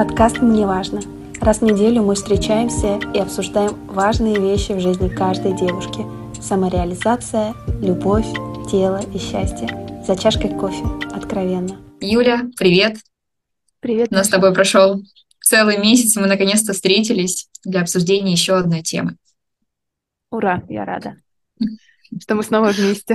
Подкаст «Мне важно». Раз в неделю мы встречаемся и обсуждаем важные вещи в жизни каждой девушки. Самореализация, любовь, тело и счастье. За чашкой кофе. Откровенно. Юля, привет! Привет, У нас с тобой прошел целый месяц, и мы наконец-то встретились для обсуждения еще одной темы. Ура, я рада, что мы снова вместе.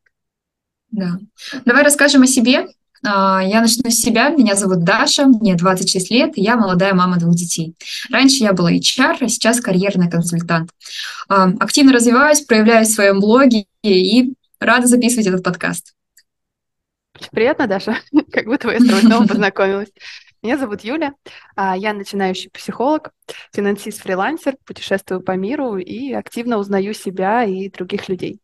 Да. Давай расскажем о себе. Я начну с себя. Меня зовут Даша, мне 26 лет, и я молодая мама 2 детей. Раньше я была HR, а сейчас карьерный консультант. Активно развиваюсь, проявляюсь в своем блоге и рада записывать этот подкаст. Очень приятно, Даша, как будто я с тобой снова познакомилась. Меня зовут Юля, я начинающий психолог, финансист-фрилансер, путешествую по миру и активно узнаю себя и других людей.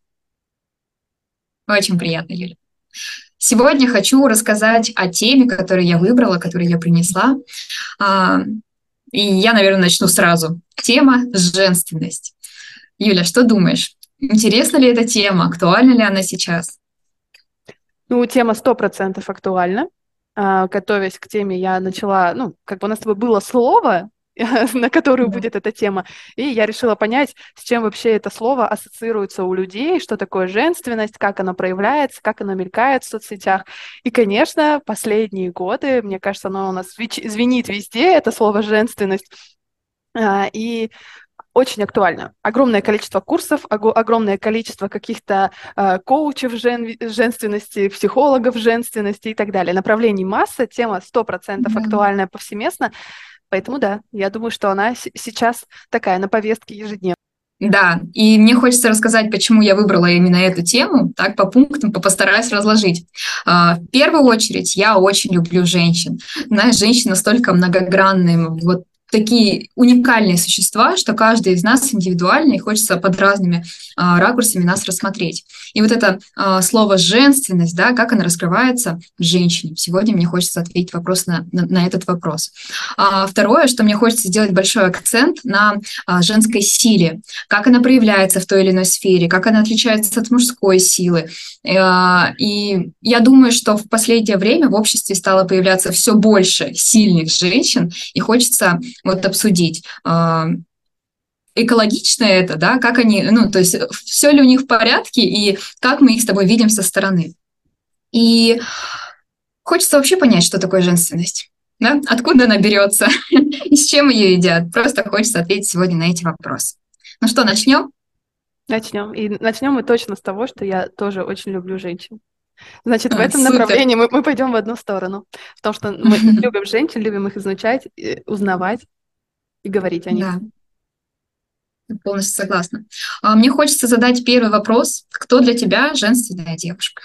Очень приятно, Юля. Сегодня хочу рассказать о теме, которую я выбрала, которую я принесла. И я, наверное, начну сразу. Тема «Женственность». Юля, что думаешь? Интересна ли эта тема? Актуальна ли она сейчас? Тема 100% актуальна. Готовясь к теме, я начала, у нас с тобой было слово, на которую будет эта тема, и я решила понять, с чем вообще это слово ассоциируется у людей, что такое женственность, как она проявляется, как она мелькает в соцсетях. И, конечно, последние годы, мне кажется, оно у нас звенит везде, это слово «женственность», и очень актуально. Огромное количество курсов, огромное количество каких-то коучев женственности, психологов женственности и так далее. Направлений масса, тема 100% актуальная повсеместно. Поэтому да, я думаю, что она сейчас такая на повестке ежедневно. Да, и мне хочется рассказать, почему я выбрала именно эту тему, так по пунктам постараюсь разложить. В первую очередь, я очень люблю женщин. Знаешь, женщины настолько многогранные, вот такие уникальные существа, что каждый из нас индивидуальный, и хочется под разными ракурсами нас рассмотреть. И вот это слово «женственность», да, как она раскрывается в женщине. Сегодня мне хочется ответить на этот вопрос. Второе, что мне хочется сделать большой акцент на женской силе, как она проявляется в той или иной сфере, как она отличается от мужской силы. И я думаю, что в последнее время в обществе стало появляться все больше сильных женщин, и хочется вот обсудить, экологично это, да, как они, то есть все ли у них в порядке, и как мы их с тобой видим со стороны. И хочется вообще понять, что такое женственность, да, откуда она берется, и с чем ее едят. Просто хочется ответить сегодня на эти вопросы. Ну что, начнем? Начнем. И начнем мы точно с того, что я тоже очень люблю женщин. Значит, в этом Супер. Направлении мы пойдем в одну сторону. В том, что мы любим женщин, любим их изучать, узнавать и говорить о них. Да, полностью согласна. Мне хочется задать первый вопрос. Кто для тебя женственная девушка?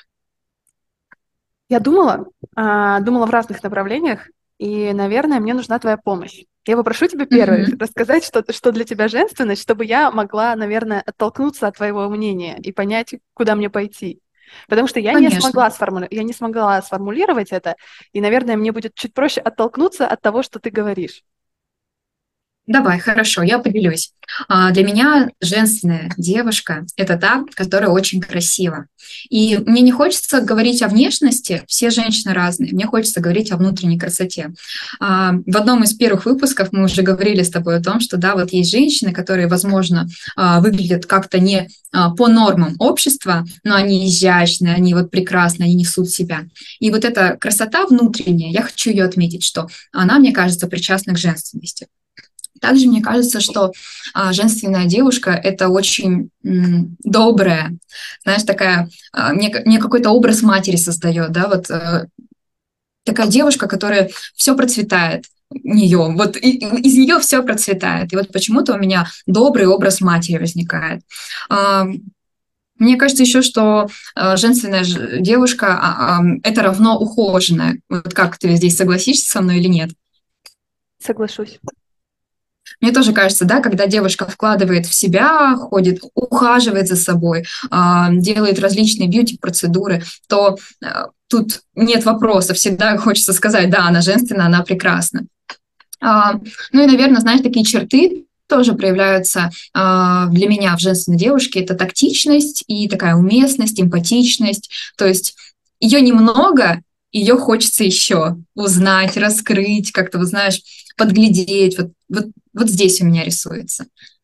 Я думала в разных направлениях, и, наверное, мне нужна твоя помощь. Я попрошу тебя первой рассказать, что для тебя женственность, чтобы я могла, наверное, оттолкнуться от твоего мнения и понять, куда мне пойти. Потому что я не смогла сформулировать это, и, наверное, мне будет чуть проще оттолкнуться от того, что ты говоришь. Давай, хорошо, я поделюсь. Для меня женственная девушка – это та, которая очень красива. И мне не хочется говорить о внешности, все женщины разные, мне хочется говорить о внутренней красоте. В одном из первых выпусков мы уже говорили с тобой о том, что да, вот есть женщины, которые, возможно, выглядят как-то не по нормам общества, но они изящные, они вот прекрасны, они несут себя. И вот эта красота внутренняя, я хочу ее отметить, что она, мне кажется, причастна к женственности. Также мне кажется, что женственная девушка – это очень добрая, знаешь, такая, мне какой-то образ матери создает, да, вот такая девушка, которая все процветает у нее, вот из нее все процветает. И вот почему-то у меня добрый образ матери возникает. Мне кажется еще, что женственная девушка – это равно ухоженная. Вот как ты здесь согласишься со мной или нет? Соглашусь. Мне тоже кажется, да, когда девушка вкладывает в себя, ходит, ухаживает за собой, делает различные бьюти-процедуры, то тут нет вопросов, всегда хочется сказать, да, она женственная, она прекрасна. Ну и, наверное, знаешь, такие черты тоже проявляются для меня в женственной девушке. Это тактичность и такая уместность, эмпатичность. То есть ее немного, ее хочется еще узнать, раскрыть, как-то, вот знаешь, подглядеть. Вот здесь у меня рисуется.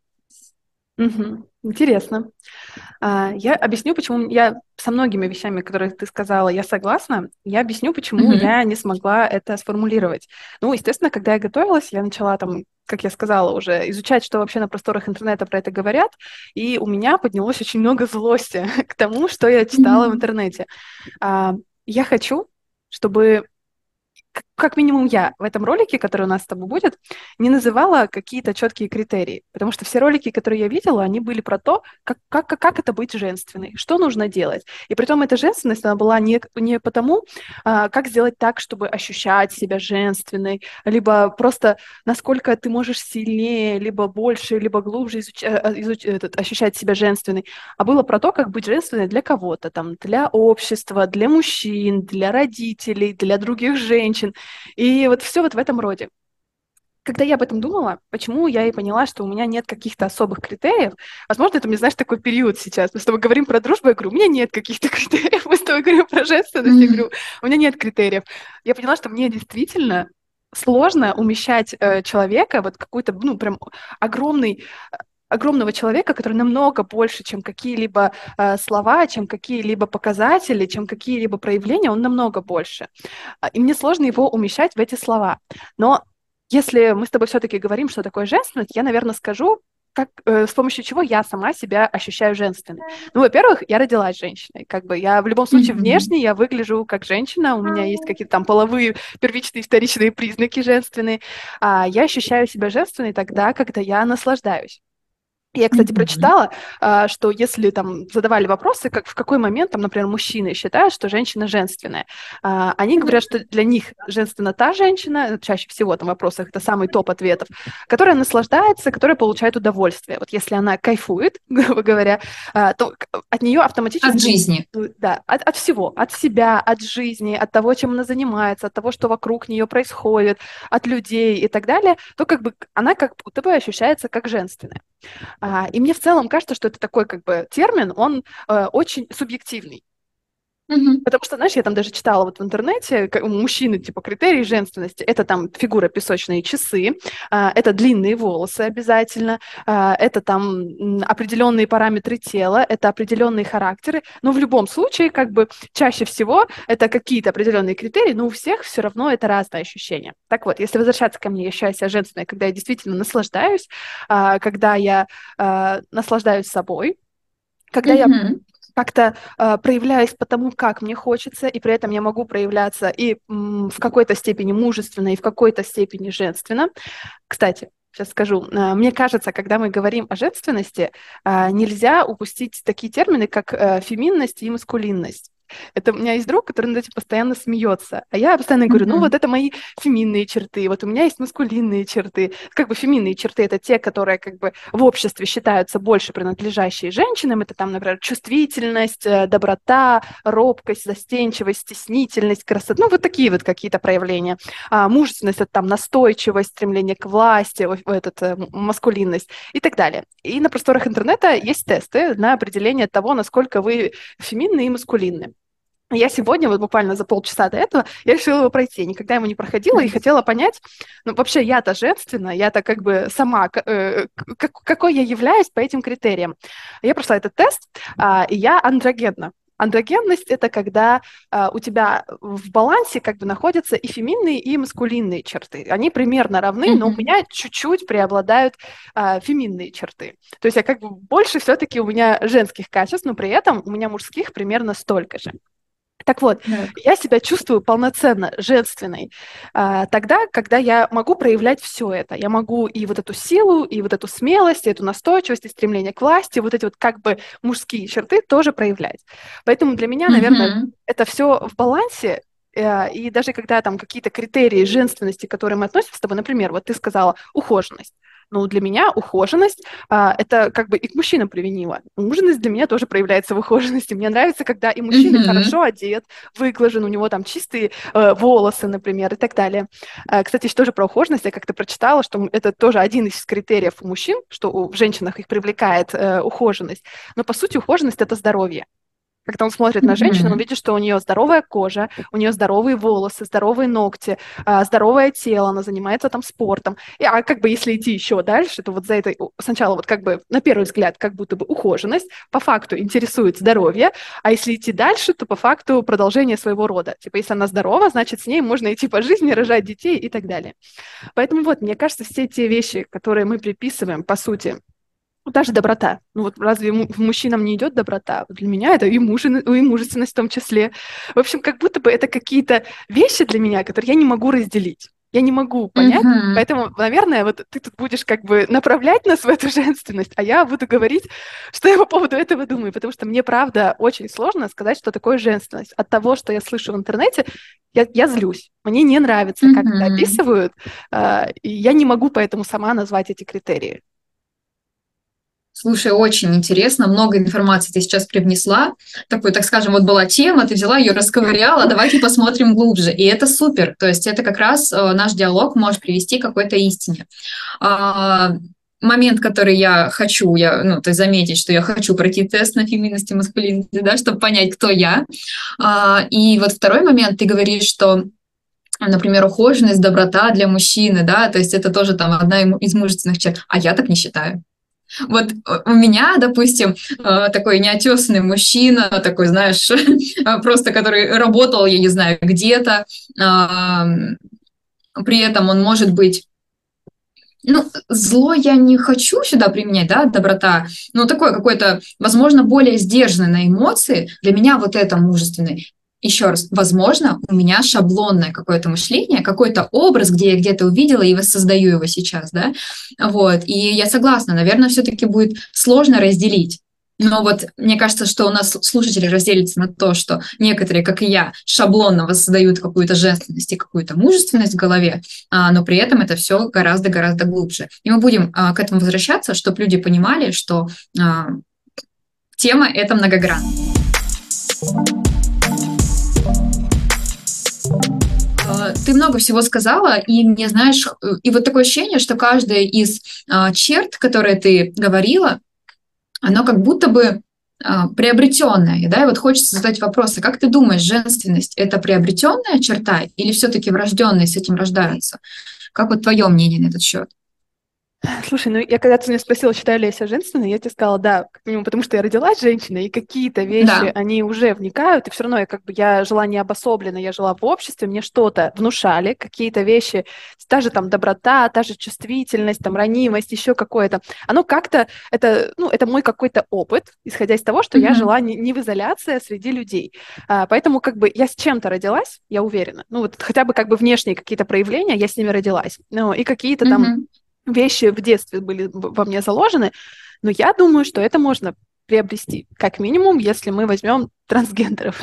Мгм. Интересно. Я объясню, почему я со многими вещами, которые ты сказала, я согласна. Я объясню, почему Мгм. я не смогла это сформулировать. Ну, естественно, когда я готовилась, я начала там, как я сказала уже, изучать, что вообще на просторах интернета про это говорят, и у меня поднялось очень много злости к тому, что я читала в Мгм. интернете. А, Я хочу, чтобы как минимум я в этом ролике, который у нас с тобой будет, не называла какие-то четкие критерии, потому что все ролики, которые я видела, они были про то, как это быть женственной, что нужно делать. И притом эта женственность, она была не потому, как сделать так, чтобы ощущать себя женственной, либо просто насколько ты можешь сильнее, либо больше, либо глубже ощущать себя женственной, а было про то, как быть женственной для кого-то, там, для общества, для мужчин, для родителей, для других женщин. И вот все вот в этом роде. Когда я об этом думала, почему я и поняла, что у меня нет каких-то особых критериев. Возможно, это, мне, знаешь, такой период сейчас. Мы с тобой говорим про дружбу, я говорю, у меня нет каких-то критериев. Мы с тобой говорим про женственность, я Мгм. говорю, у меня нет критериев. Я поняла, что мне действительно сложно умещать человека, вот какой-то, ну, прям огромный огромного человека, который намного больше, чем какие-либо слова, чем какие-либо показатели, чем какие-либо проявления, он намного больше. И мне сложно его умещать в эти слова. Но если мы с тобой все-таки говорим, что такое женственность, я, наверное, скажу, с помощью чего я сама себя ощущаю женственной. Ну, во-первых, я родилась женщиной. Как бы я в любом случае Мгм. внешне я выгляжу как женщина, у меня есть какие-то там половые первичные вторичные признаки женственные. Я ощущаю себя женственной тогда, когда я наслаждаюсь. Я, кстати, Мгм. прочитала, что если там задавали вопросы, как в какой момент, там, например, мужчины считают, что женщина женственная, они говорят, что для них женственна та женщина, чаще всего там в вопросах это самый топ ответов, которая наслаждается, которая получает удовольствие. Вот если она кайфует, грубо говоря, то от нее От автоматически жизни. да, от всего, от себя, от жизни, от того, чем она занимается, от того, что вокруг нее происходит, от людей и так далее, то как бы она как будто бы ощущается как женственная. И мне в целом кажется, что это такой как бы термин, он очень субъективный. Мгм. Потому что, знаешь, я там даже читала вот в интернете, у мужчины, типа, критерии женственности. Это там фигура песочные часы, это длинные волосы обязательно, это там определенные параметры тела, это определенные характеры. Но в любом случае, как бы, чаще всего это какие-то определенные критерии, но у всех все равно это разное ощущение. Так вот, если возвращаться ко мне, я ощущаю себя женственной, когда я действительно наслаждаюсь, когда я наслаждаюсь собой, когда я Мгм. как-то проявляюсь по тому, как мне хочется, и при этом я могу проявляться и в какой-то степени мужественно, и в какой-то степени женственно. Кстати, сейчас скажу, мне кажется, когда мы говорим о женственности, нельзя упустить такие термины, как феминность и маскулинность. Это у меня есть друг, который над этим постоянно смеется. А я постоянно говорю, ну вот Мгм. это мои феминные черты, вот у меня есть маскулинные черты. Как бы феминные черты — это те, которые как бы в обществе считаются больше принадлежащие женщинам. Это там, например, чувствительность, доброта, робкость, застенчивость, стеснительность, красота. Ну вот такие вот какие-то проявления. Мужественность — это там настойчивость, стремление к власти, маскулинность и так далее. И на просторах интернета есть тесты на определение того, насколько вы феминны и маскулинны. Я сегодня, вот буквально за полчаса до этого, я решила его пройти. Я никогда ему не проходила и хотела понять, ну, вообще я-то женственна, я-то как бы сама, какой я являюсь по этим критериям. Я прошла этот тест, и я андрогенна. Андрогенность — это когда у тебя в балансе как бы находятся и феминные, и маскулинные черты. Они примерно равны, но у Мгм. меня чуть-чуть преобладают феминные черты. То есть я как бы больше все-таки у меня женских качеств, но при этом у меня мужских примерно столько же. Так вот, Так. я себя чувствую полноценно женственной тогда, когда я могу проявлять все это. Я могу и вот эту силу, и вот эту смелость, и эту настойчивость, и стремление к власти, вот эти вот как бы мужские черты тоже проявлять. Поэтому для меня, наверное, Мгм. это все в балансе. И даже когда там какие-то критерии женственности, к которым мы относимся с тобой, например, вот ты сказала ухоженность. Ну, для меня ухоженность это как бы и к мужчинам применимо. Муженость для меня тоже проявляется в ухоженности. Мне нравится, когда и мужчина Мгм. хорошо одет, выглажен, у него там чистые волосы, например, и так далее. Кстати, еще тоже про ухоженность. Я как-то прочитала, что это тоже один из критериев у мужчин, что в женщинах их привлекает ухоженность. Но по сути ухоженность — это здоровье. Когда он смотрит на женщину, он видит, что у нее здоровая кожа, у нее здоровые волосы, здоровые ногти, здоровое тело, она занимается там спортом. А как бы если идти еще дальше, то вот за это сначала вот как бы на первый взгляд как будто бы ухоженность, по факту интересует здоровье, а если идти дальше, то по факту продолжение своего рода. Типа если она здорова, значит с ней можно идти по жизни, рожать детей и так далее. Поэтому вот, мне кажется, все те вещи, которые мы приписываем, по сути, даже доброта. Ну вот разве мужчинам не идет доброта? Для меня это и мужественность в том числе. В общем, как будто бы это какие-то вещи для меня, которые я не могу разделить. Я не могу понять, поэтому, наверное, вот ты тут будешь как бы направлять нас в эту женственность, а я буду говорить, что я по поводу этого думаю, потому что мне, правда, очень сложно сказать, что такое женственность. От того, что я слышу в интернете, я злюсь. Мне не нравится, как это описывают, и я не могу поэтому сама назвать эти критерии. Слушай, очень интересно, много информации ты сейчас привнесла. Такой, так скажем, вот была тема, ты взяла ее, расковыряла, давайте посмотрим глубже. И это супер, то есть это как раз наш диалог может привести к какой-то истине. Момент, который я хочу, то есть заметить, что я хочу пройти тест на феминность и маскулинность, да, чтобы понять, кто я. И вот второй момент, ты говоришь, что например, ухоженность, доброта для мужчины, да, то есть это тоже там одна из мужественных черт, а я так не считаю. Вот у меня, допустим, такой неотесанный мужчина, такой, знаешь, просто который работал, я не знаю, где-то, при этом он может быть, зло я не хочу сюда применять, да, доброта, но такой какой-то, возможно, более сдержанный на эмоции, для меня вот это мужественный. Еще раз, возможно, у меня шаблонное какое-то мышление, какой-то образ, где я где-то увидела и воссоздаю его сейчас, да, вот, и я согласна, наверное, все-таки будет сложно разделить. Но вот мне кажется, что у нас слушатели разделятся на то, что некоторые, как и я, шаблонно воссоздают какую-то женственность и какую-то мужественность в голове, но при этом это все гораздо-гораздо глубже. И мы будем к этому возвращаться, чтобы люди понимали, что тема эта многогранна. Ты много всего сказала, и мне, знаешь, и вот такое ощущение, что каждая из черт, которые ты говорила, оно как будто бы приобретенное, да, и вот хочется задать вопрос, а как ты думаешь, женственность – это приобретенная черта или все-таки врожденные с этим рождаются? Как вот твое мнение на этот счет? Слушай, я когда ты меня спросила, считаю ли я себя женственной, я тебе сказала, да, как минимум, потому что я родилась женщиной, и какие-то вещи, они уже вникают, и все равно я жила не обособленно, я жила в обществе, мне что-то внушали, какие-то вещи, та же там доброта, та же чувствительность, там ранимость, еще какое-то. Оно как-то, это мой какой-то опыт, исходя из того, что я жила не в изоляции, а среди людей. Поэтому я с чем-то родилась, я уверена. Хотя бы внешние какие-то проявления, я с ними родилась. И какие-то там вещи в детстве были во мне заложены, но я думаю, что это можно приобрести, как минимум, если мы возьмем трансгендеров.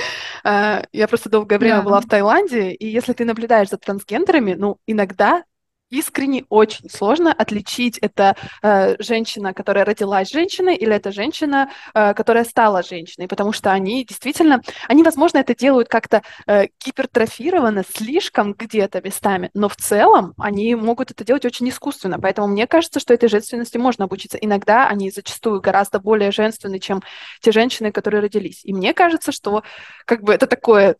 Я просто долгое время была в Таиланде, и если ты наблюдаешь за трансгендерами, иногда искренне очень сложно отличить, это женщина, которая родилась женщиной, или это женщина, которая стала женщиной, потому что они действительно, возможно, это делают как-то гипертрофированно, слишком где-то местами, но в целом они могут это делать очень искусственно, поэтому мне кажется, что этой женственности можно обучиться. Иногда они зачастую гораздо более женственны, чем те женщины, которые родились. И мне кажется, что это такое,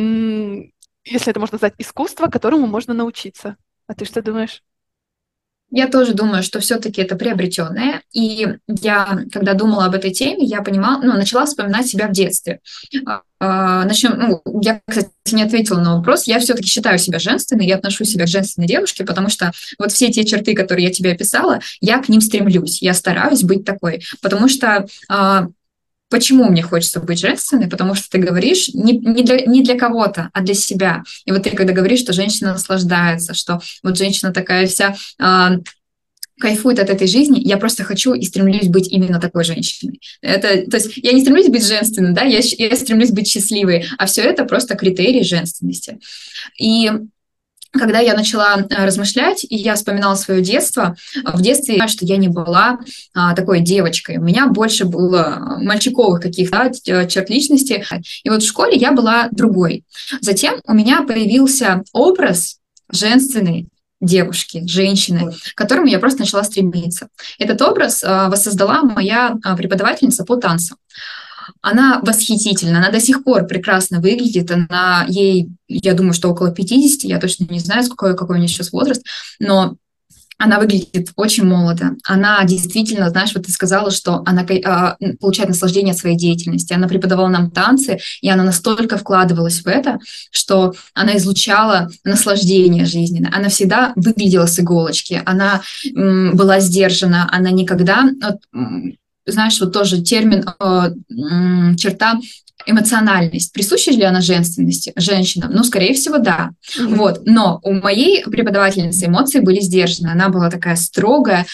если это можно назвать, искусство, которому можно научиться. А ты что думаешь? Я тоже думаю, что все-таки это приобретенное. И я, когда думала об этой теме, я понимала, начала вспоминать себя в детстве. Начнем, я, кстати, не ответила на вопрос. Я все-таки считаю себя женственной, я отношу себя к женственной девушке, потому что вот все те черты, которые я тебе описала, я к ним стремлюсь. Я стараюсь быть такой, потому что почему мне хочется быть женственной? Потому что ты говоришь не для кого-то, а для себя. И вот ты когда говоришь, что женщина наслаждается, что вот женщина такая вся кайфует от этой жизни, я просто хочу и стремлюсь быть именно такой женщиной. То есть я не стремлюсь быть женственной, да, я стремлюсь быть счастливой, а все это просто критерии женственности. И когда я начала размышлять, и я вспоминала свое детство, в детстве я знаю, что я не была такой девочкой. У меня больше было мальчиковых каких-то черт личности. И вот в школе я была другой. Затем у меня появился образ женственный девушки, женщины, к которому я просто начала стремиться. Этот образ воссоздала моя преподавательница по танцам. Она восхитительна, она до сих пор прекрасно выглядит, ей, я думаю, что около 50, я точно не знаю, какой у нее сейчас возраст, но она выглядит очень молодо. Она действительно, знаешь, вот ты сказала, что она получает наслаждение от своей деятельности. Она преподавала нам танцы, и она настолько вкладывалась в это, что она излучала наслаждение жизненное. Она всегда выглядела с иголочки. Она была сдержана. Она никогда... знаешь, вот тоже термин, черта эмоциональность. Присуща ли она женственности женщинам? Ну, скорее всего, да. Вот. Но у моей преподавательницы эмоции были сдержаны. Она была такая строгая,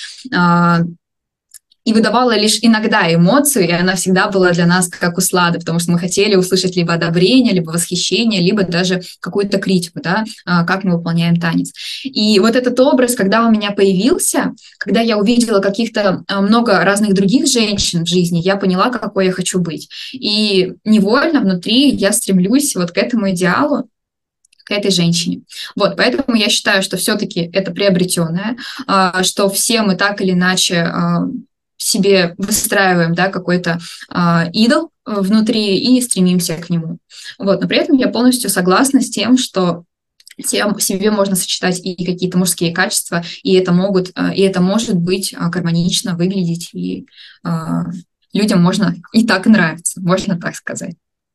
и выдавала лишь иногда эмоцию, и она всегда была для нас как услада, потому что мы хотели услышать либо одобрение, либо восхищение, либо даже какую-то критику, да, как мы выполняем танец. И вот этот образ, когда у меня появился, когда я увидела каких-то много разных других женщин в жизни, я поняла, какой я хочу быть. И невольно внутри я стремлюсь вот к этому идеалу, к этой женщине. Вот, поэтому я считаю, что все-таки это приобретенное, что все мы так или иначе себе выстраиваем, да, какой-то идол внутри и стремимся к нему. Вот, но при этом я полностью согласна с тем, что в себе можно сочетать и какие-то мужские качества, и это может быть гармонично выглядеть, и людям можно и так нравиться, можно так сказать.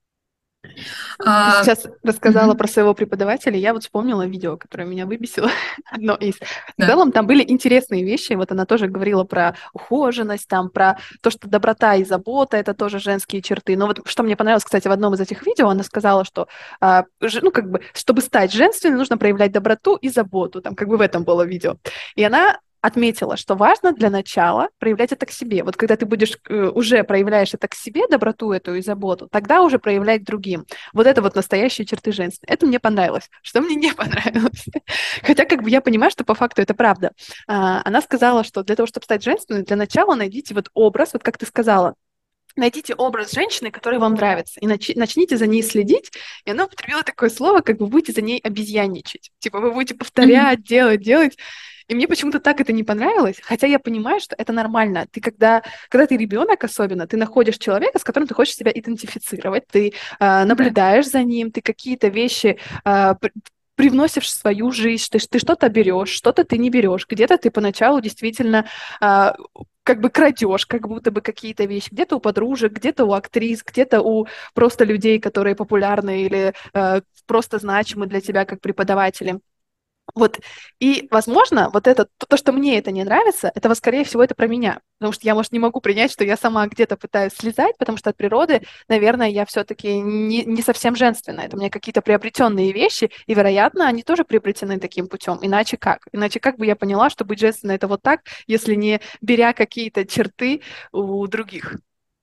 Ты сейчас рассказала про своего преподавателя, я вот вспомнила видео, которое меня выбесило, одно из. В целом там были интересные вещи, вот она тоже говорила про ухоженность, там про то, что доброта и забота — это тоже женские черты. Но вот что мне понравилось, кстати, в одном из этих видео, она сказала, что, ну, как бы, чтобы стать женственной, нужно проявлять доброту и заботу, там, как бы в этом было видео. И она отметила, что важно для начала проявлять это к себе. Вот когда ты уже проявляешь это к себе, доброту эту и заботу, тогда уже проявлять другим. Вот это вот настоящие черты женственности. Это мне понравилось. Что мне не понравилось? Хотя как бы я понимаю, что по факту это правда. Она сказала, что для того, чтобы стать женственной, для начала найдите вот образ, вот как ты сказала, найдите образ женщины, который вам нравится, и начните за ней следить. И она употребила такое слово, как вы будете за ней обезьянничать. Типа вы будете повторять, делать. И мне почему-то так это не понравилось, хотя я понимаю, что это нормально. Ты когда ты ребенок особенно, ты находишь человека, с которым ты хочешь себя идентифицировать, ты наблюдаешь за ним, ты какие-то вещи привносишь в свою жизнь, ты что-то берешь, что-то ты не берешь. Где-то ты поначалу действительно как бы крадешь, как будто бы какие-то вещи. Где-то у подружек, где-то у актрис, где-то у просто людей, которые популярны или просто значимы для тебя как преподаватели. Вот, и, возможно, вот это, то, что мне это не нравится, это, скорее всего, это про меня, потому что я, может, не могу принять, что я сама где-то пытаюсь слезать, потому что от природы, наверное, я все-таки не совсем женственная, это у меня какие-то приобретенные вещи, и, вероятно, они тоже приобретены таким путем, иначе как? Иначе как бы я поняла, что быть женственной — это вот так, если не беря какие-то черты у других?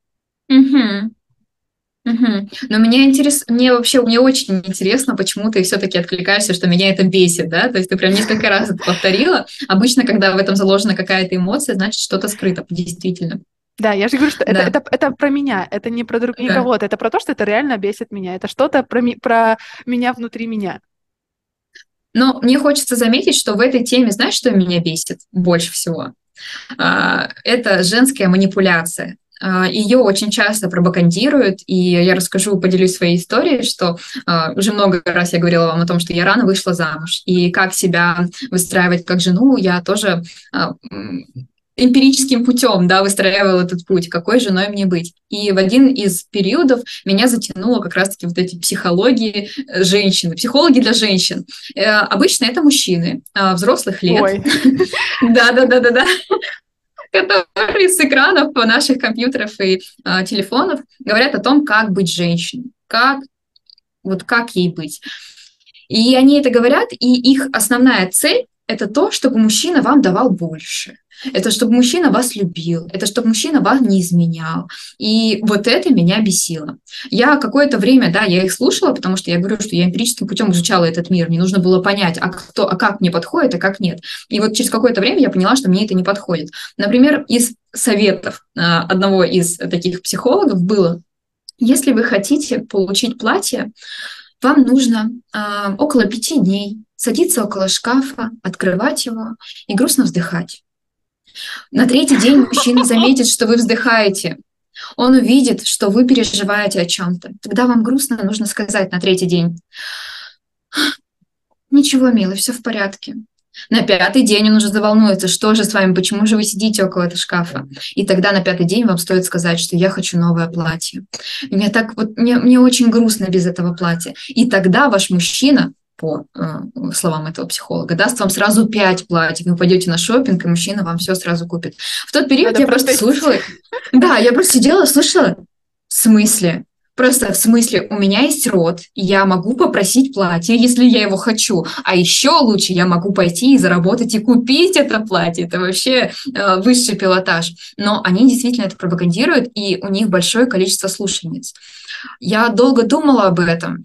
Но мне очень интересно, почему ты все-таки откликаешься, что меня это бесит, да? То есть ты прям несколько раз это повторила. Обычно, когда в этом заложена какая-то эмоция, значит, что-то скрыто, действительно. Да, я же говорю, что это про меня, это не про никого, это про то, что это реально бесит меня, это что-то про меня внутри меня. Но мне хочется заметить, что в этой теме, знаешь, что меня бесит больше всего? Это женская манипуляция. Ее очень часто пропагандируют, и я поделюсь своей историей, что уже много раз я говорила вам о том, что я рано вышла замуж, и как себя выстраивать как жену, я тоже эмпирическим путем, да, выстраивала этот путь, какой женой мне быть. И в один из периодов меня затянуло как раз-таки вот эти психологии женщин, психологи для женщин. Обычно это мужчины взрослых лет. Да. Которые с экранов наших компьютеров и телефонов говорят о том, как быть женщиной, как ей быть. И они это говорят, и их основная цель – это то, чтобы мужчина вам давал больше. Это чтобы мужчина вас любил, это чтобы мужчина вас не изменял. И вот это меня бесило. Я какое-то время, да, я их слушала, потому что я говорю, что я эмпирическим путем изучала этот мир. Мне нужно было понять, как мне подходит, а как нет. И вот через какое-то время я поняла, что мне это не подходит. Например, из советов одного из таких психологов было: если вы хотите получить платье, вам нужно около 5 дней садиться около шкафа, открывать его и грустно вздыхать. На 3-й день мужчина заметит, что вы вздыхаете. Он увидит, что вы переживаете о чем-то. Тогда вам грустно, нужно сказать на третий день: ничего, милый, все в порядке. На пятый день он уже заволнуется, что же с вами, почему же вы сидите около этого шкафа. И тогда на пятый день вам стоит сказать, что я хочу новое платье. И мне так вот, мне очень грустно без этого платья. И тогда ваш мужчина, по словам этого психолога, даст вам сразу 5 платьев. Вы пойдете на шопинг, и мужчина вам все сразу купит. В тот период Надо я просто протестить. слушала, да, я просто сидела, слушала, в смысле? Просто в смысле, у меня есть род, и я могу попросить платье, если я его хочу. А еще лучше я могу пойти и заработать и купить это платье. Это вообще высший пилотаж. Но они действительно это пропагандируют, и у них большое количество слушательниц. Я долго думала об этом,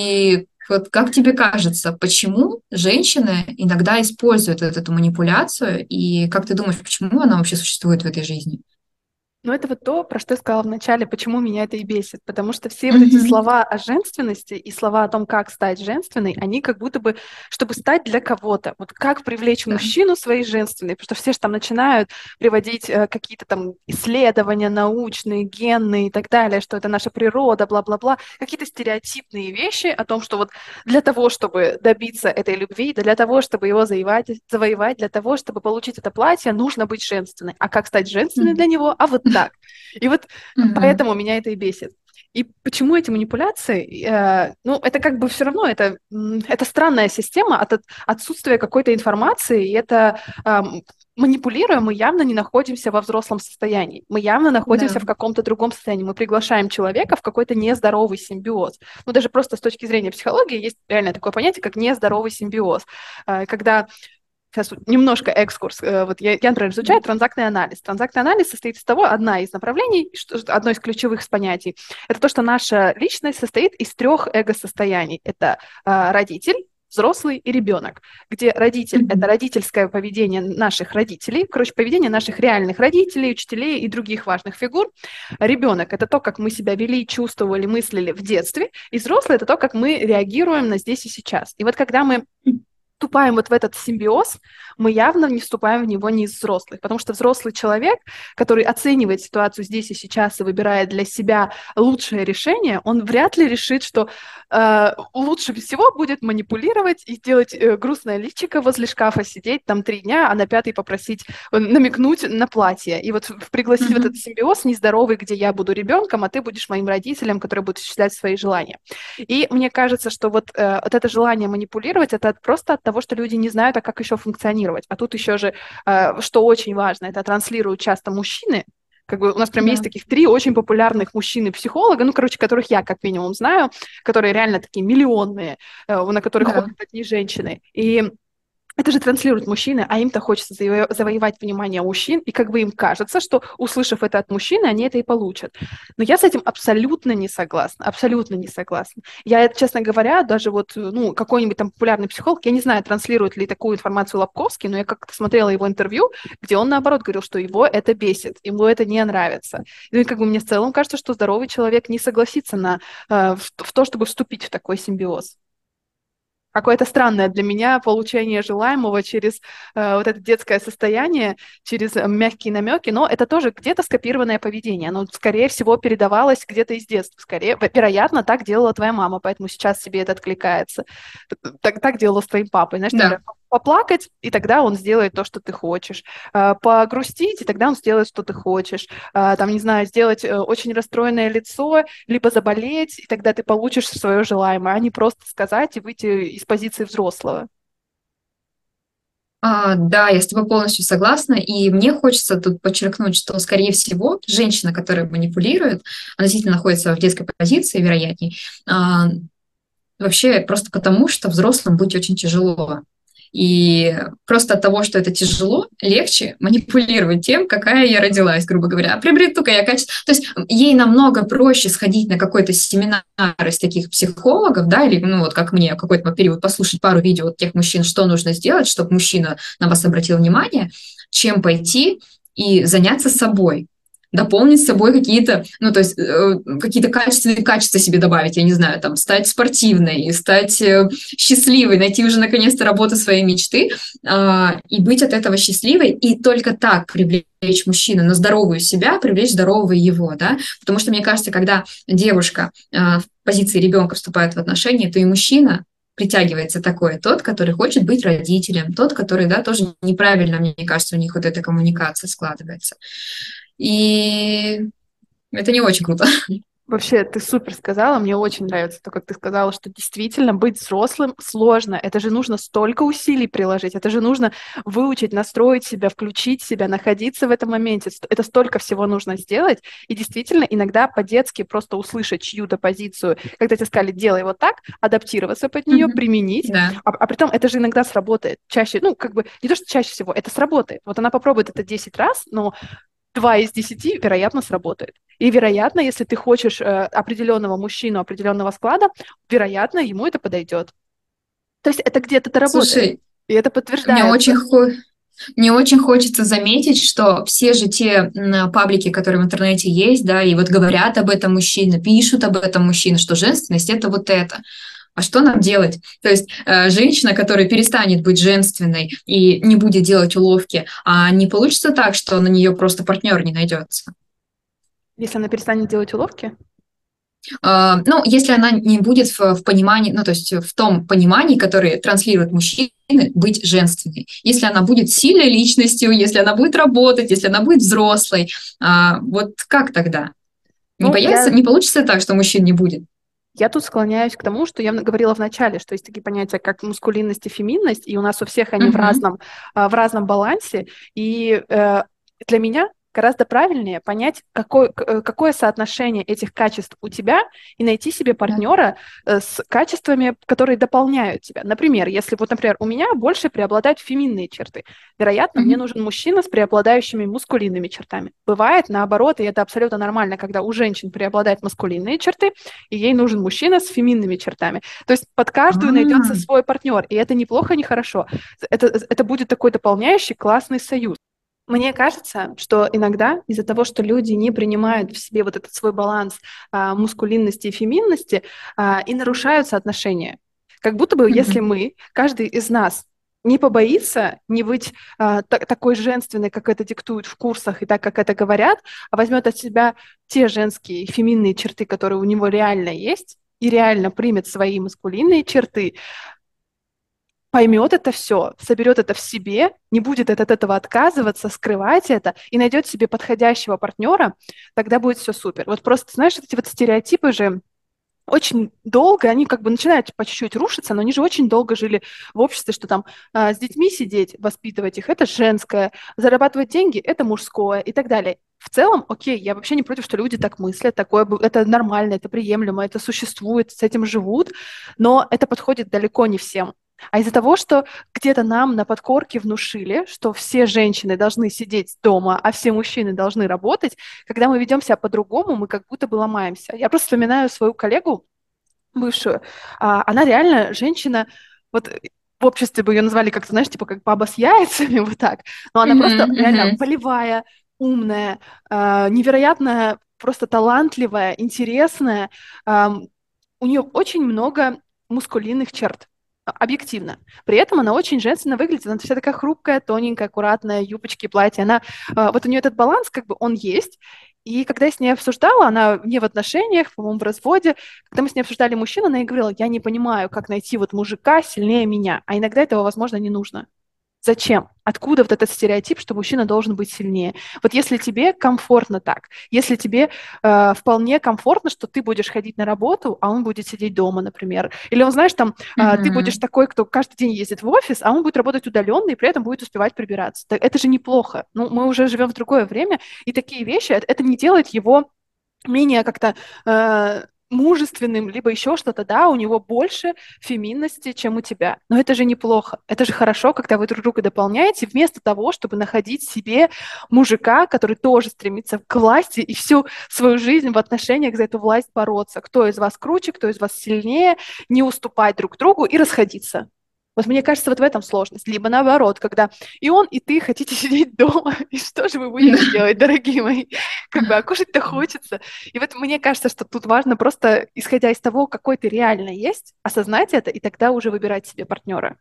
и вот как тебе кажется, почему женщины иногда используют эту манипуляцию, и как ты думаешь, почему она вообще существует в этой жизни? Но это вот то, про что я сказала в начале, почему меня это и бесит. Потому что все вот эти Мгм. слова о женственности и слова о том, как стать женственной, они как будто бы, чтобы стать для кого-то. Вот как привлечь Да. мужчину своей женственной. Потому что все же там начинают приводить какие-то там исследования научные, генные и так далее, что это наша природа, бла-бла-бла. Какие-то стереотипные вещи о том, что вот для того, чтобы добиться этой любви, для того, чтобы его завоевать, для того, чтобы получить это платье, нужно быть женственной. А как стать женственной для Мгм. него? А вот так. И вот Мгм. поэтому меня это и бесит. И почему эти манипуляции? Ну, это как бы все равно, это странная система от отсутствия какой-то информации, и это манипулируя, мы явно не находимся во взрослом состоянии. Мы явно находимся Да. в каком-то другом состоянии. Мы приглашаем человека в какой-то нездоровый симбиоз. Ну, даже просто с точки зрения психологии есть реально такое понятие, как нездоровый симбиоз. Когда сейчас вот немножко экскурс. Вот я, например, изучаю транзактный анализ. Транзактный анализ состоит из того, одна из направлений, одно из ключевых понятий, это то, что наша личность состоит из 3 эго-состояний. Это родитель, взрослый и ребенок, где родитель– это Мгм. родительское поведение наших родителей, короче, поведение наших реальных родителей, учителей и других важных фигур. Ребенок– это то, как мы себя вели, чувствовали, мыслили в детстве, и взрослый– это то, как мы реагируем на здесь и сейчас. И вот когда мы вступаем вот в этот симбиоз, мы явно не вступаем в него не из взрослых, потому что взрослый человек, который оценивает ситуацию здесь и сейчас и выбирает для себя лучшее решение, он вряд ли решит, что лучше всего будет манипулировать и делать грустное личико возле шкафа, сидеть там 3 дня, а на 5-й попросить, намекнуть на платье. И вот пригласить в этот Мгм. симбиоз нездоровый, где я буду ребенком, а ты будешь моим родителем, который будет осуществлять свои желания. И мне кажется, что вот это желание манипулировать, это просто от того, что люди не знают, а как еще функционировать. А тут еще же, что очень важно, это транслируют часто мужчины. Как бы у нас прям есть Да. таких 3 очень популярных мужчины-психолога, ну, короче, которых я как минимум знаю, которые реально такие миллионные, на которых Да. ходят одни женщины. И это же транслируют мужчины, а им-то хочется завоевать внимание мужчин, и как бы им кажется, что, услышав это от мужчины, они это и получат. Но я с этим абсолютно не согласна, абсолютно не согласна. Я, честно говоря, даже вот, ну, какой-нибудь там популярный психолог, я не знаю, транслирует ли такую информацию Лобковский, но я как-то смотрела его интервью, где он, наоборот, говорил, что его это бесит, ему это не нравится. Ну, и как бы мне в целом кажется, что здоровый человек не согласится в то, чтобы вступить в такой симбиоз. Какое-то странное для меня получение желаемого через вот это детское состояние, через мягкие намеки, но это тоже где-то скопированное поведение. Оно, скорее всего, передавалось где-то из детства. Скорее, вероятно, так делала твоя мама, поэтому сейчас себе это откликается. Так делала с твоим папой. Знаешь, например, Да. поплакать, и тогда он сделает то, что ты хочешь. Погрустить, и тогда он сделает, что ты хочешь. Там, не знаю, сделать очень расстроенное лицо, либо заболеть, и тогда ты получишь свое желаемое, а не просто сказать и выйти из позиции взрослого. Да, я с тобой полностью согласна, и мне хочется тут подчеркнуть, что, скорее всего, женщина, которая манипулирует, она действительно находится в детской позиции, вероятней, вообще просто потому, что взрослым быть очень тяжело. И просто от того, что это тяжело, легче манипулировать тем, какая я родилась, грубо говоря. А приобрету-ка я качество. То есть ей намного проще сходить на какой-то семинар из таких психологов, да, или, ну, вот как мне, какой-то период послушать пару видео от тех мужчин, что нужно сделать, чтобы мужчина на вас обратил внимание, чем пойти и заняться собой. дополнить с собой какие-то, ну, то есть какие-то качественные качества себе добавить, я не знаю, там, стать спортивной, стать счастливой, найти уже наконец-то работу своей мечты, и быть от этого счастливой, и только так привлечь мужчину на здоровую себя, привлечь здорового его, да, потому что, мне кажется, когда девушка в позиции ребенка вступает в отношения, то и мужчина притягивается такой, тот, который хочет быть родителем, тот, который, да, тоже неправильно, мне кажется, у них вот эта коммуникация складывается. И это не очень круто. Вообще, ты супер сказала, мне очень нравится то, как ты сказала, что действительно быть взрослым сложно. Это же нужно столько усилий приложить, это же нужно выучить, настроить себя, включить себя, находиться в этом моменте. Это столько всего нужно сделать. И действительно, иногда по-детски просто услышать чью-то позицию, когда тебе сказали, делай вот так, адаптироваться под нее, применить. Да. А при том, это же иногда сработает. Чаще, ну, как бы, не то, что чаще всего, это сработает. Вот она попробует это 10 раз, но 2 из 10, вероятно, сработает. И, вероятно, если ты хочешь определенного мужчину, определенного склада, вероятно, ему это подойдет. То есть это где-то работает. Слушай, И это мне очень, подтверждается. мне очень хочется заметить, что все же те паблики, которые в интернете есть, да, и вот говорят об этом мужчины, пишут об этом мужчины, что женственность – это вот это. А что нам делать? То есть женщина, которая перестанет быть женственной и не будет делать уловки, а не получится так, что на нее просто партнер не найдется. Если она перестанет делать уловки, Ну, если она не будет в понимании, ну, то есть в том понимании, которое транслирует мужчины, быть женственной. Если она будет сильной личностью, если она будет работать, если она будет взрослой, вот как тогда? Не ну, появится, не получится так, что мужчин не будет? я тут склоняюсь к тому, что я говорила в начале, что есть такие понятия, как мускулинность и феминность, и у нас у всех они Мгм. в разном балансе. И для меня гораздо правильнее понять, какое соотношение этих качеств у тебя, и найти себе Да. партнера с качествами, которые дополняют тебя. Например, если вот, например, у меня больше преобладают феминные черты, вероятно, мне Мгм. нужен мужчина с преобладающими мускулинными чертами. Бывает наоборот, и это абсолютно нормально, когда у женщин преобладают маскулинные черты, и ей нужен мужчина с феминными чертами. То есть под каждую найдется А, свой партнер, и это неплохо, не хорошо. Это будет такой дополняющий классный союз. Мне кажется, что иногда из-за того, что люди не принимают в себе вот этот свой баланс мускулинности и феминности, и нарушаются отношения. Как будто бы, если мгм. мы, каждый из нас, не побоится не быть такой женственной, как это диктуют в курсах и так, как это говорят, а возьмет от себя те женские феминные черты, которые у него реально есть, и реально примет свои маскулинные черты, поймет это все, соберет это в себе, не будет от этого отказываться, скрывать это и найдет себе подходящего партнера, тогда будет все супер. Вот просто, знаешь, эти вот стереотипы же очень долго, они как бы начинают по чуть-чуть рушиться, но они же очень долго жили в обществе, что там с детьми сидеть, воспитывать их, это женское, зарабатывать деньги, это мужское и так далее. В целом, окей, я вообще не против, что люди так мыслят, это нормально, это приемлемо, это существует, с этим живут, но это подходит далеко не всем. А из-за того, что где-то нам на подкорке внушили, что все женщины должны сидеть дома, а все мужчины должны работать, когда мы ведем себя по-другому, мы как будто бы ломаемся. Я просто вспоминаю свою коллегу, бывшую, она реально женщина, вот в обществе бы ее назвали как-то, знаешь, типа как баба с яйцами, вот так, но она просто Мгм, реально мгм. волевая, умная, невероятно просто талантливая, интересная. У нее очень много мускулинных черт, объективно. При этом она очень женственно выглядит, она вся такая хрупкая, тоненькая, аккуратная, юбочки, платья. Вот у нее этот баланс, как бы он есть. И когда я с ней обсуждала, она не в отношениях, по-моему, в разводе, когда мы с ней обсуждали мужчин, она и говорила, я не понимаю, как найти вот мужика сильнее меня, а иногда этого, возможно, не нужно. Зачем? Откуда вот этот стереотип, что мужчина должен быть сильнее? Вот если тебе комфортно так, если тебе вполне комфортно, что ты будешь ходить на работу, а он будет сидеть дома, например. Или он, знаешь, там, ты будешь Мгм. такой, кто каждый день ездит в офис, а он будет работать удаленно и при этом будет успевать прибираться. Это же неплохо. Ну, мы уже живем в другое время, и такие вещи, это не делает его менее как-то мужественным, либо еще что-то, да, у него больше феминности, чем у тебя. Но это же неплохо. Это же хорошо, когда вы друг друга дополняете, вместо того, чтобы находить себе мужика, который тоже стремится к власти и всю свою жизнь в отношениях за эту власть бороться. Кто из вас круче, кто из вас сильнее, не уступать друг другу и расходиться. Вот мне кажется, вот в этом сложность. Либо наоборот, когда и он, и ты хотите сидеть дома, и что же вы будете делать, дорогие мои? Как бы, а кушать-то хочется. И вот мне кажется, что тут важно просто, исходя из того, какой ты реально есть, осознать это, и тогда уже выбирать себе партнера.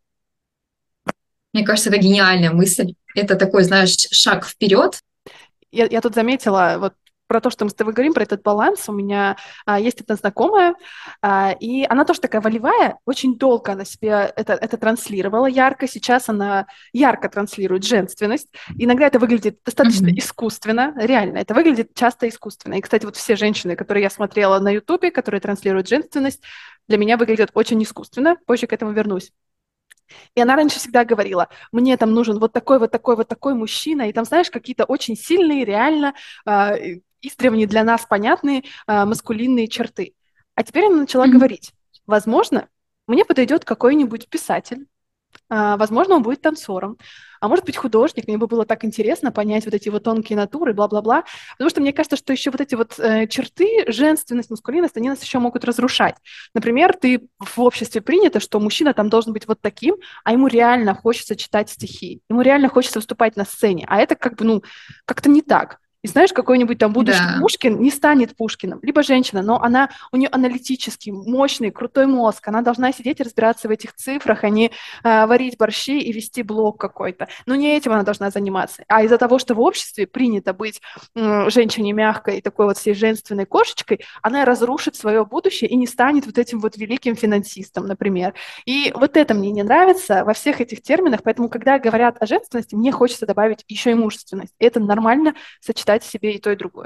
Мне кажется, это гениальная мысль. Это такой, знаешь, шаг вперед. Я тут заметила, вот про то, что мы с тобой говорим, про этот баланс. У меня есть одна знакомая, и она тоже такая волевая. Очень долго она себе это транслировала ярко. Сейчас она ярко транслирует женственность. Иногда это выглядит достаточно Мгм. искусственно, реально. Это выглядит часто искусственно. И, кстати, вот все женщины, которые я смотрела на Ютубе, которые транслируют женственность, для меня выглядят очень искусственно. Позже к этому вернусь. И она раньше всегда говорила, мне там нужен вот такой, вот такой, вот такой мужчина, и там, знаешь, какие-то очень сильные, реально издревле для нас понятные маскулинные черты. А теперь она начала Мгм. говорить, возможно, мне подойдет какой-нибудь писатель, возможно, он будет танцором, а может быть художник. Мне бы было так интересно понять вот эти вот тонкие натуры, бла-бла-бла. Потому что мне кажется, что еще вот эти вот черты, женственность, маскулинность, они нас еще могут разрушать. Например, ты в обществе принято, что мужчина там должен быть вот таким, а ему реально хочется читать стихи, ему реально хочется выступать на сцене, а это как бы, ну, как-то не так. И знаешь, какой-нибудь там будущий Да. Пушкин не станет Пушкиным, либо женщина, но она, у нее аналитический, мощный, крутой мозг, она должна сидеть и разбираться в этих цифрах, а не варить борщи и вести блог какой-то. Но не этим она должна заниматься. А из-за того, что в обществе принято быть женщине мягкой, такой вот всей женственной кошечкой, она разрушит свое будущее и не станет вот этим вот великим финансистом, например. И вот это мне не нравится во всех этих терминах, поэтому, когда говорят о женственности, мне хочется добавить еще и мужественность. И это нормально сочетать в себе и то, и другое.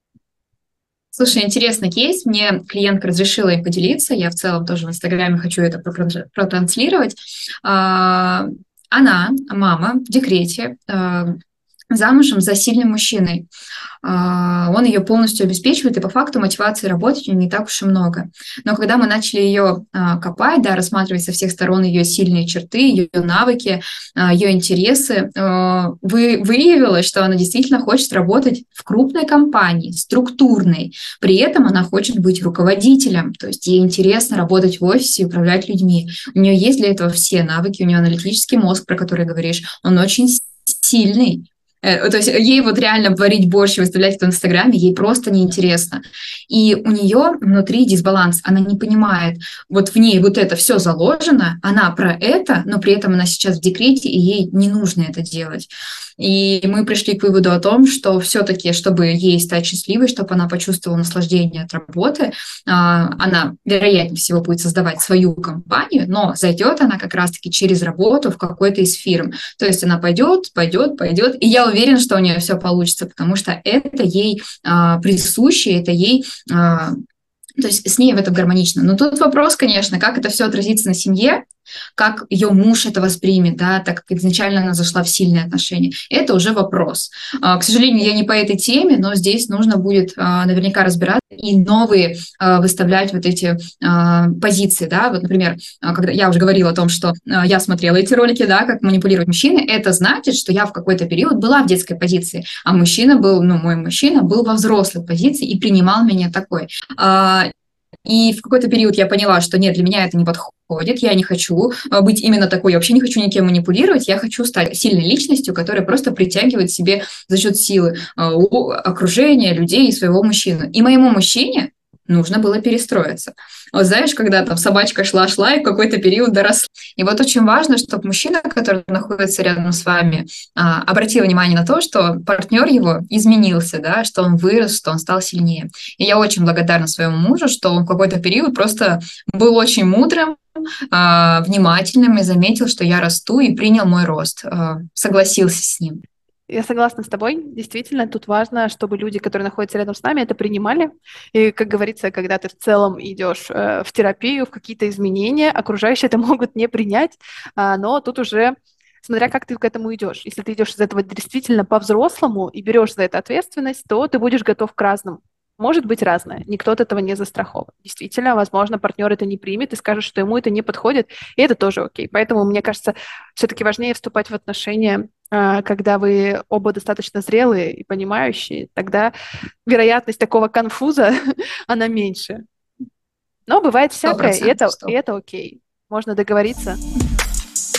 Слушай, интересный кейс. Мне клиентка разрешила им поделиться. Я в целом тоже в Инстаграме хочу это протранслировать. А, Она, мама, в декрете, замужем за сильным мужчиной. Он ее полностью обеспечивает, и по факту мотивации работать у нее не так уж и много. Но когда мы начали ее копать, да, рассматривать со всех сторон ее сильные черты, ее навыки, ее интересы, выявилось, что она действительно хочет работать в крупной компании, структурной. При этом она хочет быть руководителем, то есть ей интересно работать в офисе и управлять людьми. У нее есть для этого все навыки, у нее аналитический мозг, про который говоришь, он очень сильный. То есть ей вот реально варить борщ и выставлять это в Инстаграме, ей просто неинтересно. И у нее внутри дисбаланс, она не понимает, вот в ней вот это все заложено, она про это, но при этом она сейчас в декрете, и ей не нужно это делать. И мы пришли к выводу о том, что все-таки, чтобы ей стать счастливой, чтобы она почувствовала наслаждение от работы, она, вероятнее всего, будет создавать свою компанию, но зайдет она как раз-таки через работу в какой-то из фирм. То есть она пойдет, и я уверена, что у нее все получится, потому что это ей присуще, это ей то есть с ней в этом гармонично. Но тут вопрос, конечно, как это все отразится на семье, как ее муж это воспримет, да, так как изначально она зашла в сильные отношения. Это уже вопрос. К сожалению, я не по этой теме, но здесь нужно будет наверняка разбираться и новые выставлять вот эти позиции, да, вот, например, когда я уже говорила о том, что я смотрела эти ролики, да, как манипулировать мужчины, это значит, что я в какой-то период была в детской позиции, а мужчина был, ну, мой мужчина был во взрослой позиции и принимал меня такой. И в какой-то период я поняла, что нет, для меня это не подходит, я не хочу быть именно такой, я вообще не хочу никем манипулировать, я хочу стать сильной личностью, которая просто притягивает себе за счет силы окружения, людей и своего мужчину. И моему мужчине нужно было перестроиться. Вот знаешь, когда там собачка шла-шла и в какой-то период доросла. И вот очень важно, чтобы мужчина, который находится рядом с вами, обратил внимание на то, что партнер его изменился, да, что он вырос, что он стал сильнее. И я очень благодарна своему мужу, что он в какой-то период просто был очень мудрым, внимательным и заметил, что я расту, и принял мой рост, согласился с ним. Я согласна с тобой. Действительно, тут важно, чтобы люди, которые находятся рядом с нами, это принимали. И, как говорится, когда ты в целом идешь в терапию, в какие-то изменения, окружающие это могут не принять, но тут уже смотря как ты к этому идешь. Если ты идешь из этого действительно по-взрослому и берешь за это ответственность, то ты будешь готов к разному. Может быть разное, никто от этого не застрахован. Действительно, возможно, партнер это не примет и скажет, что ему это не подходит, и это тоже окей. Поэтому, мне кажется, все-таки важнее вступать в отношения, когда вы оба достаточно зрелые и понимающие, тогда вероятность такого конфуза, она меньше. Но бывает Сто всякое, процентов, и это окей. Можно договориться.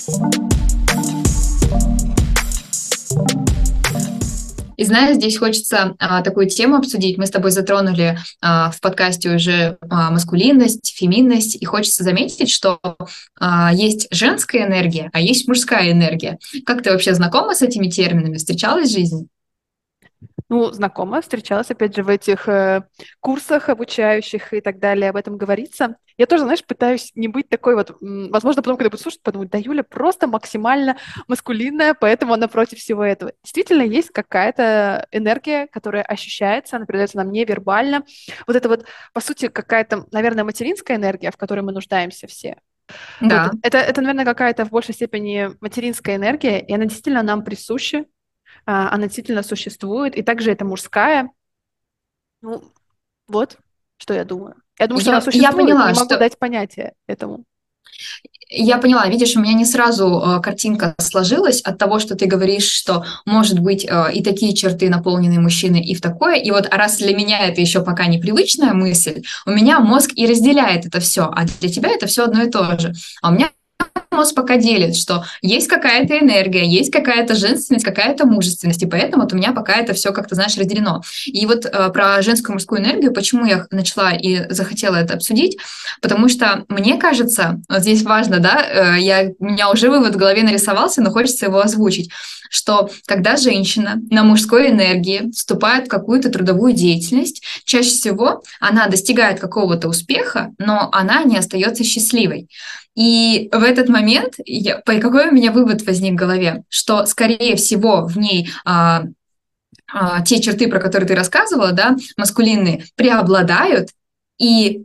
И знаешь, здесь хочется такую тему обсудить. Мы с тобой затронули в подкасте уже маскулинность, феминность, и хочется заметить, что есть женская энергия, а есть мужская энергия. Как ты вообще знакома с этими терминами? Встречалась в жизни? Ну, знакома, встречалась, опять же, в этих курсах обучающих и так далее, об этом говорится. Я тоже, знаешь, пытаюсь не быть такой вот, возможно, потом, когда буду слушать, подумать, да, Юля просто максимально маскулинная, поэтому она против всего этого. Действительно, есть какая-то энергия, которая ощущается, она передается нам невербально. Вот это вот, по сути, какая-то, наверное, материнская энергия, в которой мы нуждаемся все. Вот. Да. Это, наверное, какая-то в большей степени материнская энергия, и она действительно нам присуща, она действительно существует, и также это мужская. Ну, вот, что я думаю. Я думаю, что она Я существует, но поняла, не могу что дать понятие этому. Я поняла, видишь, у меня не сразу картинка сложилась от того, что ты говоришь, что может быть и такие черты наполненные мужчины, и в такое. И вот, а раз для меня это еще пока непривычная мысль, у меня мозг и разделяет это все, а для тебя это все одно и то же. А у меня мозг пока делит, что есть какая-то энергия, есть какая-то женственность, какая-то мужественность, и поэтому вот у меня пока это все как-то, знаешь, разделено. И вот про женскую и мужскую энергию, почему я начала и захотела это обсудить, потому что мне кажется, вот здесь важно, да, у меня уже вывод в голове нарисовался, но хочется его озвучить, что когда женщина на мужской энергии вступает в какую-то трудовую деятельность, чаще всего она достигает какого-то успеха, но она не остается счастливой. И в этот момент какой у меня вывод возник в голове, что, скорее всего, в ней те черты, про которые ты рассказывала, да, маскулинные, преобладают, и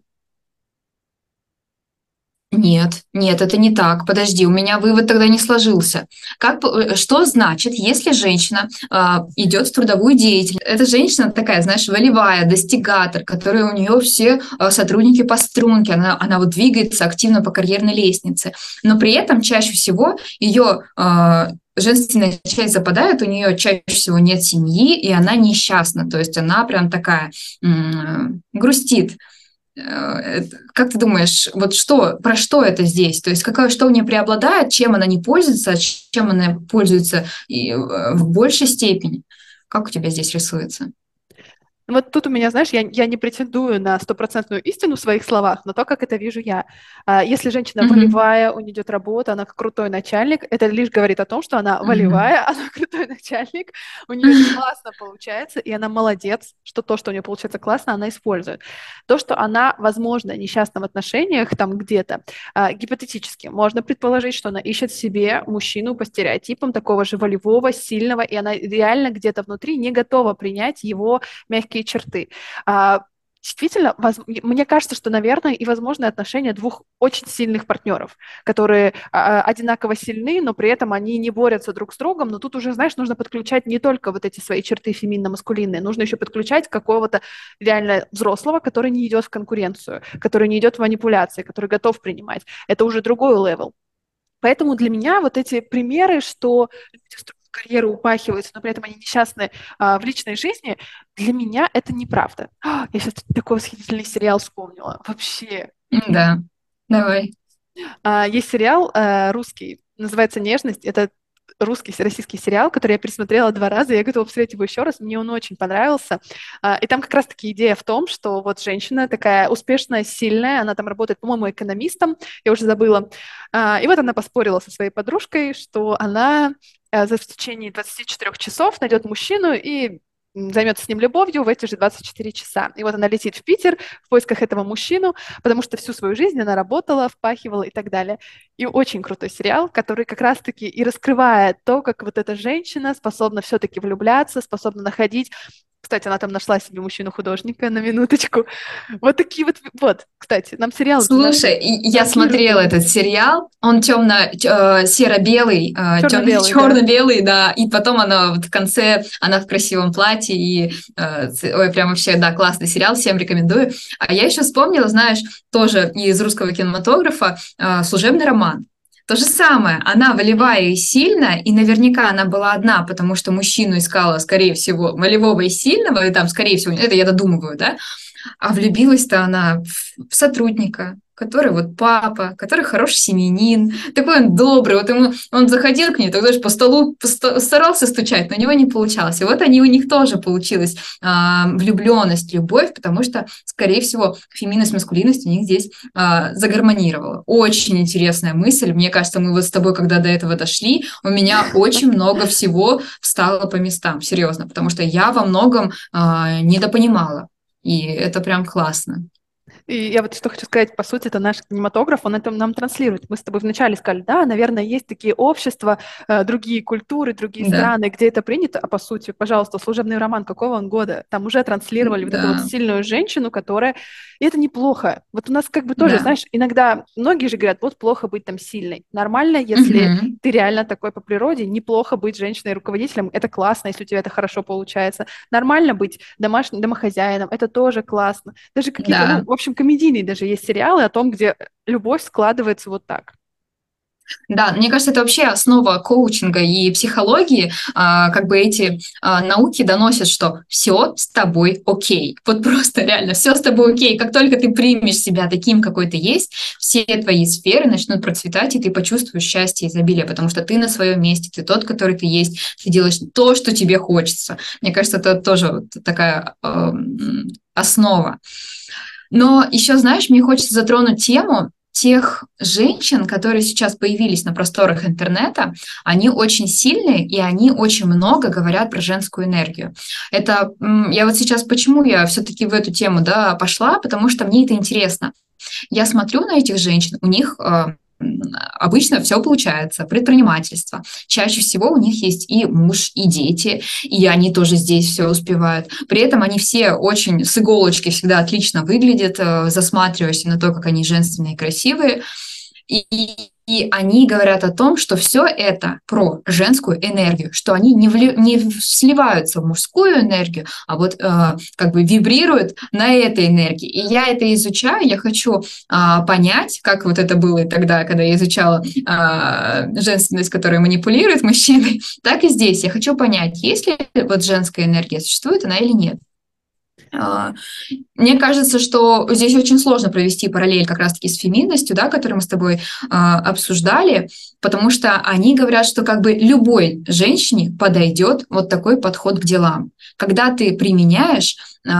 нет, это не так. Подожди, у меня вывод тогда не сложился. Что значит, если женщина идет в трудовую деятельность? Эта женщина такая, знаешь, волевая, достигатор, которая у нее все сотрудники по струнке, она вот двигается активно по карьерной лестнице, но при этом чаще всего ее женственная часть западает, у нее чаще всего нет семьи, и она несчастна, то есть она прям такая грустит. Как ты думаешь, вот про что это здесь? То есть что в ней преобладает, чем она не пользуется, чем она пользуется в большей степени? Как у тебя здесь рисуется? Вот тут у меня, знаешь, я не претендую на стопроцентную истину в своих словах, но то, как это вижу я. Если женщина Мгм. волевая, у нее идет работа, она крутой начальник, это лишь говорит о том, что она Мгм. волевая, она крутой начальник, у нее это классно получается, и она молодец, что то, что у нее получается классно, она использует. То, что она, возможно, несчастна в отношениях там где-то, гипотетически, можно предположить, что она ищет себе мужчину по стереотипам такого же волевого, сильного, и она реально где-то внутри не готова принять его мягкие черты. Действительно, мне кажется, что, наверное, и возможны отношения двух очень сильных партнеров, которые одинаково сильны, но при этом они не борются друг с другом. Но тут уже, знаешь, нужно подключать не только вот эти свои черты феминно-маскулинные, нужно еще подключать какого-то реально взрослого, который не идет в конкуренцию, который не идет в манипуляции, который готов принимать. Это уже другой левел. Поэтому для меня вот эти примеры, что люди строят карьеру, упахиваются, но при этом они несчастны в личной жизни, для меня это неправда. Я сейчас такой восхитительный сериал вспомнила. Вообще. Да, давай. Есть сериал русский, называется «Нежность». Это русский, российский сериал, который я пересмотрела 2 раза, я готова посмотреть его еще раз, мне он очень понравился. И там как раз-таки идея в том, что вот женщина такая успешная, сильная, она там работает, по-моему, экономистом, я уже забыла. И вот она поспорила со своей подружкой, что она в течение 24 часов найдет мужчину и займется с ним любовью в эти же 24 часа. И вот она летит в Питер в поисках этого мужчину, потому что всю свою жизнь она работала, впахивала и так далее. И очень крутой сериал, который как раз-таки и раскрывает то, как вот эта женщина способна все-таки влюбляться, способна находить. Кстати, она там нашла себе мужчину-художника на минуточку. Вот такие вот, кстати, нам сериал Слушай, я смотрела транслирует этот сериал, он темно-серо-белый, черно-белый, да. черно-белый, да, и потом она вот в конце, она в красивом платье, и, ой, прям вообще, да, классный сериал, всем рекомендую. А я еще вспомнила, знаешь, тоже из русского кинематографа, «Служебный роман». То же самое, она волевая и сильная, и наверняка она была одна, потому что мужчину искала, скорее всего, волевого и сильного, и там, скорее всего, это я додумываю, да, а влюбилась-то она в сотрудника, который вот папа, который хороший семьянин, такой он добрый, вот ему, он заходил к ней, так знаешь, по столу старался стучать, но у него не получалось. И вот они, у них тоже получилась влюбленность, любовь, потому что, скорее всего, феминность, маскулинность у них здесь загармонировала. Очень интересная мысль. Мне кажется, мы вот с тобой, когда до этого дошли, у меня очень много всего встало по местам, серьезно, потому что я во многом недопонимала. И это прям классно. И я вот что хочу сказать, по сути, это наш кинематограф, он это нам транслирует. Мы с тобой вначале сказали, да, наверное, есть такие общества, другие культуры, другие Да, страны, где это принято, а по сути, пожалуйста, «Служебный роман» какого он года? Там уже транслировали вот эту вот да, сильную женщину, которая... И это неплохо. Вот у нас как бы тоже, да. знаешь, иногда многие же говорят, вот плохо быть там сильной. Нормально, если Мгм. ты реально такой по природе, неплохо быть женщиной-руководителем, это классно, если у тебя это хорошо получается. Нормально быть домашним домохозяином, это тоже классно. Даже какие-то, ну, Да. в общем, комедийные даже есть сериалы о том, где любовь складывается вот так. Да, мне кажется, это вообще основа коучинга и психологии. Как бы эти науки доносят, что все с тобой окей. Вот просто реально все с тобой окей. Как только ты примешь себя таким, какой ты есть, все твои сферы начнут процветать, и ты почувствуешь счастье и изобилие, потому что ты на своем месте, ты тот, который ты есть, ты делаешь то, что тебе хочется. Мне кажется, это тоже вот такая основа. Но еще, знаешь, мне хочется затронуть тему тех женщин, которые сейчас появились на просторах интернета. Они очень сильные, и они очень много говорят про женскую энергию. Это я вот сейчас, почему я все-таки в эту тему, да, пошла, потому что мне это интересно. Я смотрю на этих женщин, у них обычно все получается, предпринимательство. Чаще всего у них есть и муж, и дети, и они тоже здесь все успевают. При этом они все очень с иголочки всегда отлично выглядят, засматриваешься на то, как они женственные и красивые. И они говорят о том, что все это про женскую энергию, что они не сливаются в мужскую энергию, а вот как бы вибрируют на этой энергии. И я это изучаю, я хочу понять, как вот это было тогда, когда я изучала женственность, которая манипулирует мужчиной, так и здесь. Я хочу понять, есть ли вот женская энергия, существует она или нет. А, Мне кажется, что здесь очень сложно провести параллель как раз-таки с феминностью, да, которую мы с тобой обсуждали, потому что они говорят, что как бы любой женщине подойдет вот такой подход к делам. Когда ты применяешь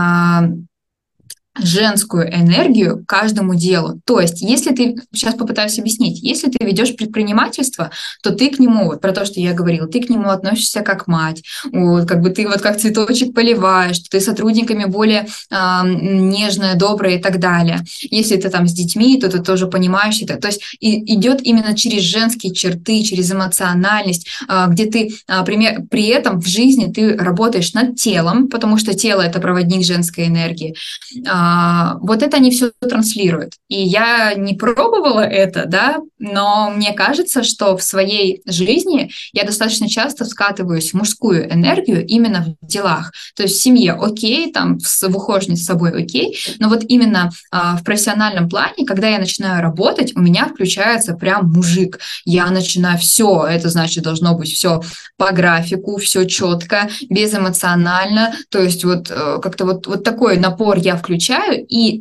женскую энергию каждому делу. То есть, если ты, сейчас попытаюсь объяснить, если ты ведешь предпринимательство, то ты к нему, вот про то, что я говорила, ты к нему относишься как мать, вот, как бы ты вот как цветочек поливаешь, ты с сотрудниками более нежная, добрая и так далее. Если ты там с детьми, то ты тоже понимаешь это. То есть идет именно через женские черты, через эмоциональность, где ты при этом в жизни ты работаешь над телом, потому что тело – это проводник женской энергии, вот это они все транслируют. И я не пробовала это, да, но мне кажется, что в своей жизни я достаточно часто скатываюсь в мужскую энергию именно в делах. То есть в семье окей, там в ухожении с собой окей, но вот именно в профессиональном плане, когда я начинаю работать, у меня включается прям мужик. Я начинаю все, это значит должно быть все по графику, все четко, безэмоционально. То есть вот как-то вот такой напор я включаю и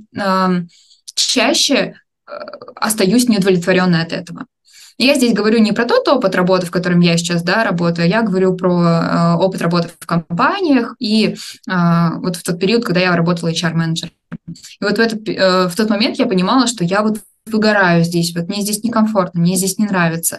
чаще остаюсь неудовлетворенной от этого. Я здесь говорю не про тот опыт работы, в котором я сейчас, да, работаю, я говорю про опыт работы в компаниях и вот в тот период, когда я работала HR-менеджером. И вот в тот момент я понимала, что я вот выгораю здесь, вот мне здесь некомфортно, мне здесь не нравится.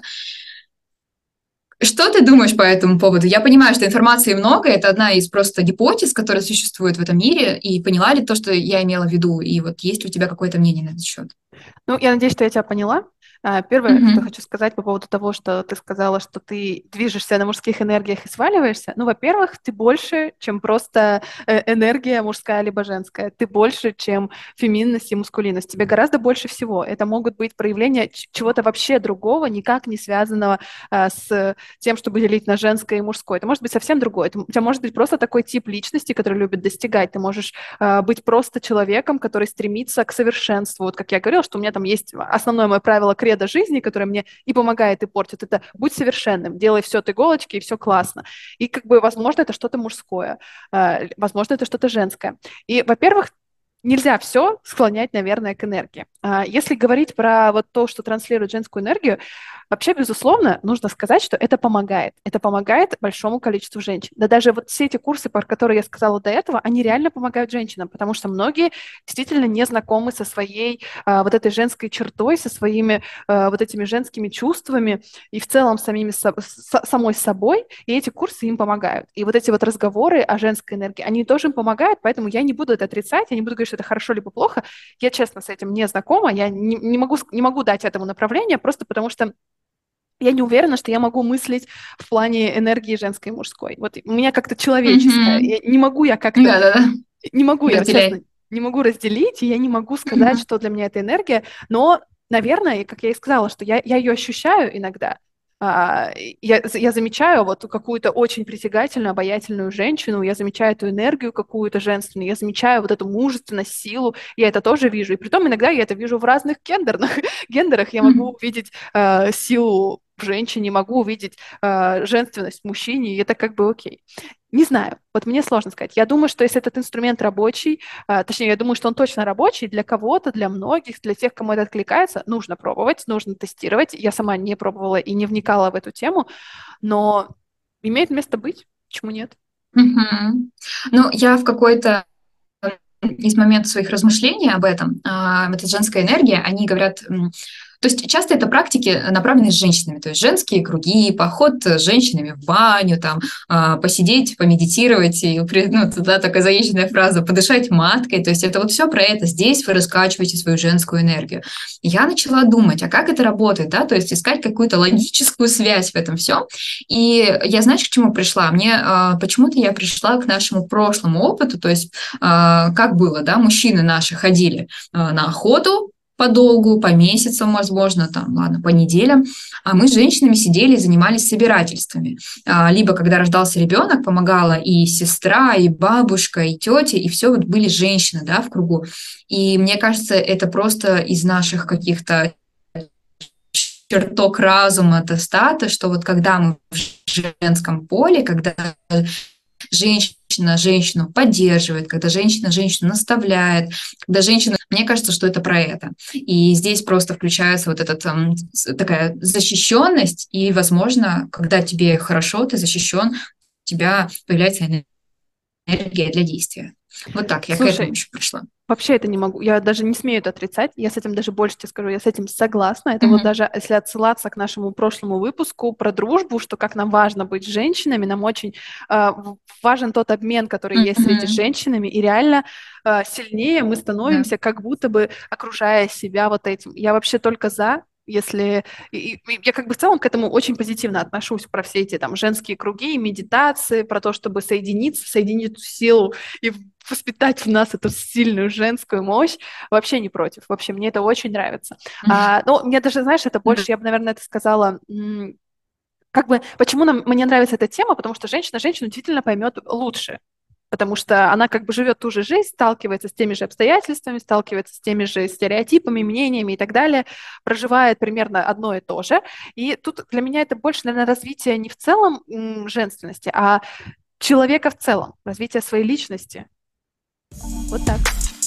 Что ты думаешь по этому поводу? Я понимаю, что информации много, это одна из просто гипотез, которая существует в этом мире, и поняла ли то, что я имела в виду, и вот есть ли у тебя какое-то мнение на этот счет? Ну, я надеюсь, что я тебя поняла. Первое, что Мгм. хочу сказать по поводу того, что ты сказала, что ты движешься на мужских энергиях и сваливаешься. Ну, во-первых, ты больше, чем просто энергия мужская либо женская. Ты больше, чем феминность и мускулинность. Тебе гораздо больше всего. Это могут быть проявления чего-то вообще другого, никак не связанного с тем, чтобы делить на женское и мужское. Это может быть совсем другое. У тебя может быть просто такой тип личности, который любит достигать. Ты можешь быть просто человеком, который стремится к совершенству. Вот как я говорила, что у меня там есть основное мое правило кредо жизни, которое мне и помогает, и портит. Это будь совершенным, делай все от иголочки, и все классно. И как бы, возможно, это что-то мужское, возможно, это что-то женское. И, во-первых, нельзя все склонять, наверное, к энергии. Если говорить про вот то, что транслирует женскую энергию, вообще, безусловно, нужно сказать, что это помогает. Это помогает большому количеству женщин. Да даже вот все эти курсы, про которые я сказала до этого, они реально помогают женщинам, потому что многие действительно не знакомы со своей вот этой женской чертой, со своими вот этими женскими чувствами и в целом самой собой, и эти курсы им помогают. И вот эти вот разговоры о женской энергии, они тоже им помогают, поэтому я не буду это отрицать, я не буду говорить, что это хорошо либо плохо. Я, честно, с этим не знакома, я не могу дать этому направление, просто потому что я не уверена, что я могу мыслить в плане энергии женской и мужской. Вот у меня как-то человеческое. Мгм. Не могу я как-то, Да-да-да, не могу я, вот честно, разделяй. не могу разделить, и я не могу сказать, Мгм. что для меня это энергия, но, наверное, как я и сказала, что я ее ощущаю иногда. Я замечаю вот какую-то очень притягательную, обаятельную женщину, я замечаю эту энергию какую-то женственную, я замечаю вот эту мужественность, силу, я это тоже вижу. И притом иногда я это вижу в разных гендерах. Я могу Мгм. увидеть силу в женщине, могу увидеть женственность в мужчине, и это как бы окей. Не знаю, вот мне сложно сказать. Я думаю, что если этот инструмент рабочий, точнее, я думаю, что он точно рабочий для кого-то, для многих, для тех, кому это откликается, нужно пробовать, нужно тестировать. Я сама не пробовала и не вникала в эту тему, но имеет место быть. Почему нет? Мгм. Ну, я в какой-то из моментов своих размышлений об этом, эта женская энергия, они говорят, то есть часто это практики направлены с женщинами, то есть женские круги, поход с женщинами в баню, там, посидеть, помедитировать, и, ну, туда такая заезженная фраза, подышать маткой, то есть это вот все про это, здесь вы раскачиваете свою женскую энергию. И я начала думать, а как это работает, да, то есть искать какую-то логическую связь в этом всем, и я, знаешь, к чему пришла? Почему-то я пришла к нашему прошлому опыту, то есть как было, да, мужчины наши ходили на охоту подолгу, по месяцам, возможно, там, ладно, по неделям, а мы с женщинами сидели и занимались собирательствами. Либо, когда рождался ребенок, помогала и сестра, и бабушка, и тетя, и все вот были женщины, да, в кругу. И мне кажется, это просто из наших каких-то чертог разума достаточно, что вот когда мы в женском поле, когда женщина женщину поддерживает, когда женщина женщину наставляет, когда женщина... Мне кажется, что это про это. И здесь просто включается вот эта такая защищенность, и, возможно, когда тебе хорошо, ты защищен, у тебя появляется энергия для действия. Вот так, я к этому Слушай, еще пришла. вообще это не могу, я даже не смею это отрицать, я с этим даже больше тебе скажу, я с этим согласна. Это вот Мгм. даже если отсылаться к нашему прошлому выпуску про дружбу, что как нам важно быть женщинами, нам очень важен тот обмен, который есть среди Мгм. женщинами, и реально сильнее мы Да. становимся, как будто бы окружая себя вот этим. Я вообще только за, если... И я как бы в целом к этому очень позитивно отношусь, про все эти там женские круги, медитации, про то, чтобы соединиться, соединить эту силу и воспитать в нас эту сильную женскую мощь, вообще не против. Вообще, мне это очень нравится. Ну, мне даже, знаешь, это Да. больше, я бы, наверное, это сказала, как бы, почему мне нравится эта тема, потому что женщина женщину действительно поймет лучше. Потому что она как бы живет ту же жизнь, сталкивается с теми же обстоятельствами, сталкивается с теми же стереотипами, мнениями и так далее, проживает примерно одно и то же. И тут для меня это больше, наверное, развитие не в целом женственности, а человека в целом, развитие своей личности. Вот так.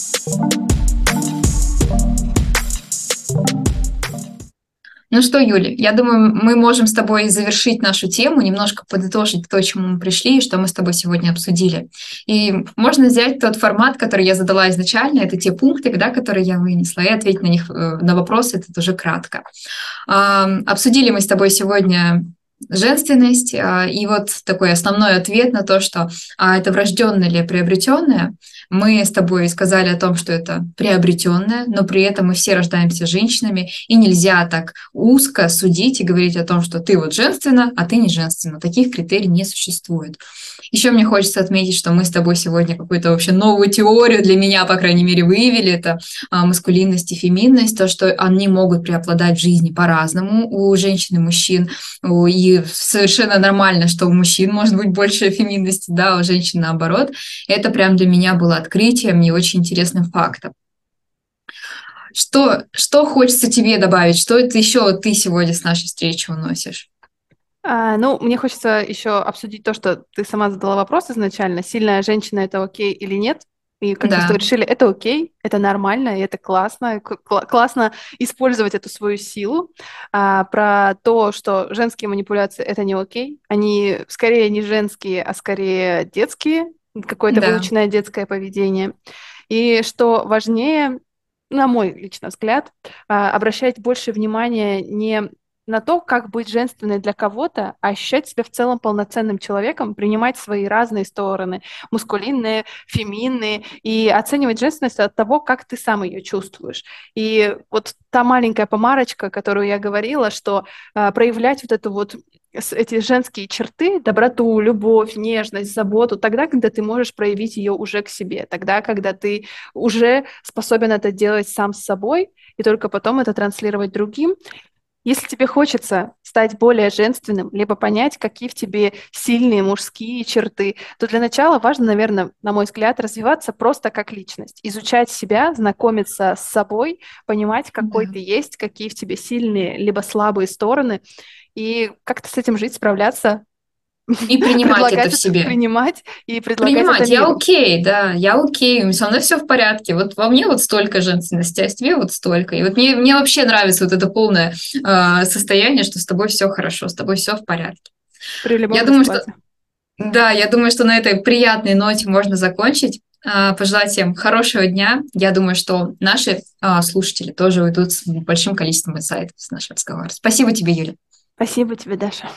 Ну что, Юля, я думаю, мы можем с тобой завершить нашу тему, немножко подытожить то, к чему мы пришли и что мы с тобой сегодня обсудили. И можно взять тот формат, который я задала изначально, это те пункты, да, которые я вынесла, и ответить на них, на вопросы, это тоже кратко. Обсудили мы с тобой сегодня женственность, и вот такой основной ответ на то, что это врожденное или приобретенное. Мы с тобой сказали о том, что это приобретенное, но при этом мы все рождаемся женщинами, и нельзя так узко судить и говорить о том, что ты вот женственна, а ты не женственна. Таких критерий не существует. Еще мне хочется отметить, что мы с тобой сегодня какую-то вообще новую теорию для меня, по крайней мере, выявили. Это маскулинность и феминность, то, что они могут преобладать в жизни по-разному у женщин и мужчин. И совершенно нормально, что у мужчин может быть больше феминности, да, а у женщин наоборот. Это прям для меня было открытием и очень интересным фактом. Что хочется тебе добавить? Что это еще ты сегодня с нашей встречи уносишь? Ну, мне хочется еще обсудить то, что ты сама задала вопрос изначально. Сильная женщина — это окей или нет? И как-то что Да, решили, это окей, это нормально, и это классно, классно использовать эту свою силу. Про то, что женские манипуляции это не окей, они скорее не женские, а скорее детские, какое-то да, выученное детское поведение. И что важнее, на мой личный взгляд, обращать больше внимания не на то, как быть женственной для кого-то, а ощущать себя в целом полноценным человеком, принимать свои разные стороны, мускулинные, феминные, и оценивать женственность от того, как ты сам ее чувствуешь. И вот та маленькая помарочка, которую я говорила, что проявлять вот эту вот эти женские черты, доброту, любовь, нежность, заботу, тогда, когда ты можешь проявить ее уже к себе, тогда, когда ты уже способен это делать сам с собой, и только потом это транслировать другим. Если тебе хочется стать более женственным, либо понять, какие в тебе сильные мужские черты, то для начала важно, наверное, на мой взгляд, развиваться просто как личность, изучать себя, знакомиться с собой, понимать, какой да. ты есть, какие в тебе сильные либо слабые стороны, и как-то с этим жить, справляться, И принимать это предлагать в это, себе. принимать и предлагать это Принимать, я миру. окей, да, я окей, со мной все в порядке. Вот во мне вот столько женственности, а в тебе вот столько. И вот мне вообще нравится вот это полное состояние, что с тобой все хорошо, с тобой все в порядке. При Я любом думаю, что раскладе. да, я думаю, что на этой приятной ноте можно закончить. Пожелать всем хорошего дня. Я думаю, что наши слушатели тоже уйдут с большим количеством инсайтов с нашего разговора. Спасибо тебе, Юля. Спасибо тебе, Даша.